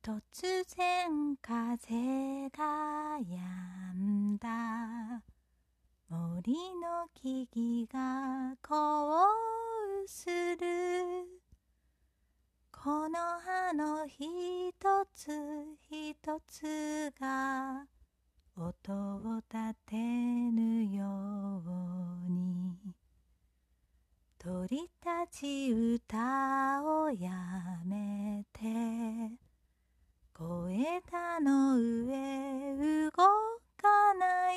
突然風が止んだ。森の木々がこうする。この葉の一つ一つが音を立てぬように、鳥たち歌をやめて小枝の上動かない。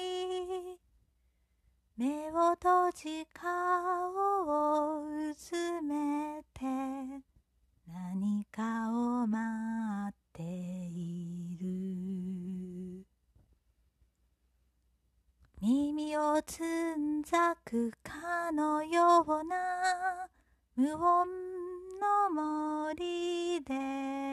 目を閉じ顔をうずめて何かを待っている。耳をつんざくかのような無音の森で、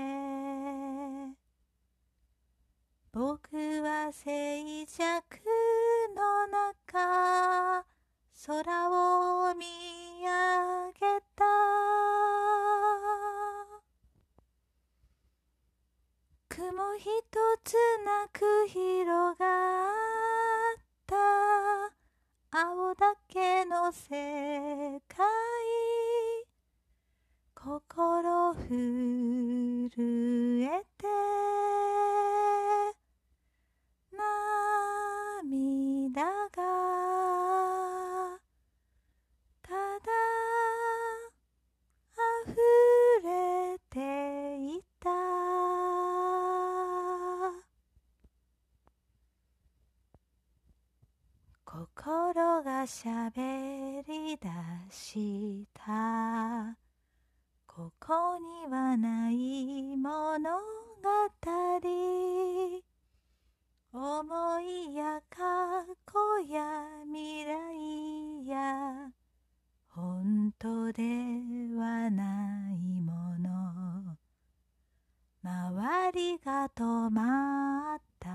僕は静寂の中空を見上げた。雲一つなく広がった青だけの世界。心震えて涙がただ溢れていた。心がしゃべり出した。ここにはない物語。思いや過去や未来や本当ではないもの。周りが止まった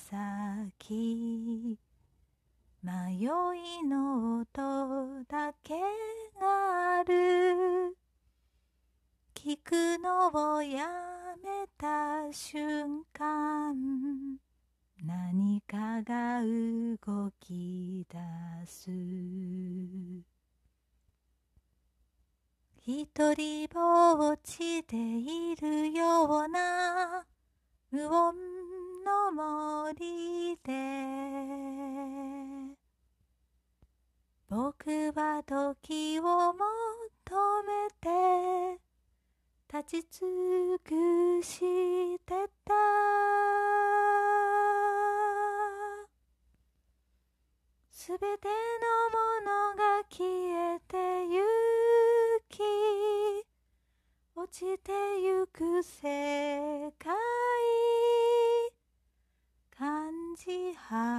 先、迷いの音だけがある。聞くのをやめた瞬間、何かが動き出す。一人ぼっちでいるような無音の森で、僕は時を求めて立ち尽くしてた。すべてのものが消えてゆき、落ちてゆく世界、感じ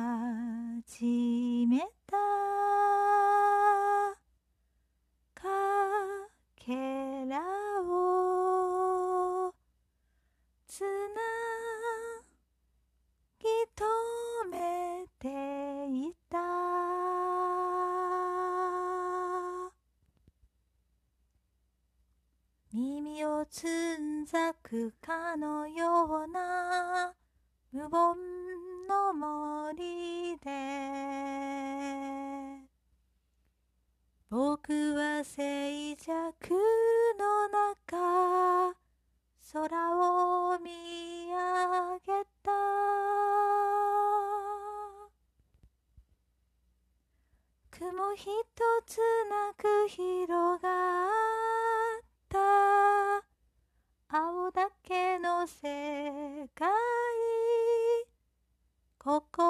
始めた。かけらをつなぎ止めていた。耳をつんざくかのような無音の森で、僕は静寂の中空を見上げた。雲一つなく広がった青だけの世界。心